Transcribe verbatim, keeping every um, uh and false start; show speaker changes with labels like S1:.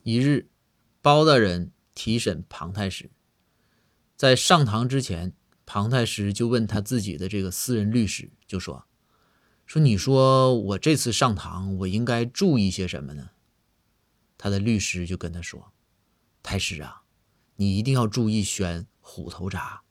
S1: 一日，包大人提审庞太师，在上堂之前，庞太师就问他自己的这个私人律师，就说说你说我这次上堂我应该注意些什么呢？他的律师就跟他说，太师啊，你一定要注意选虎头铡，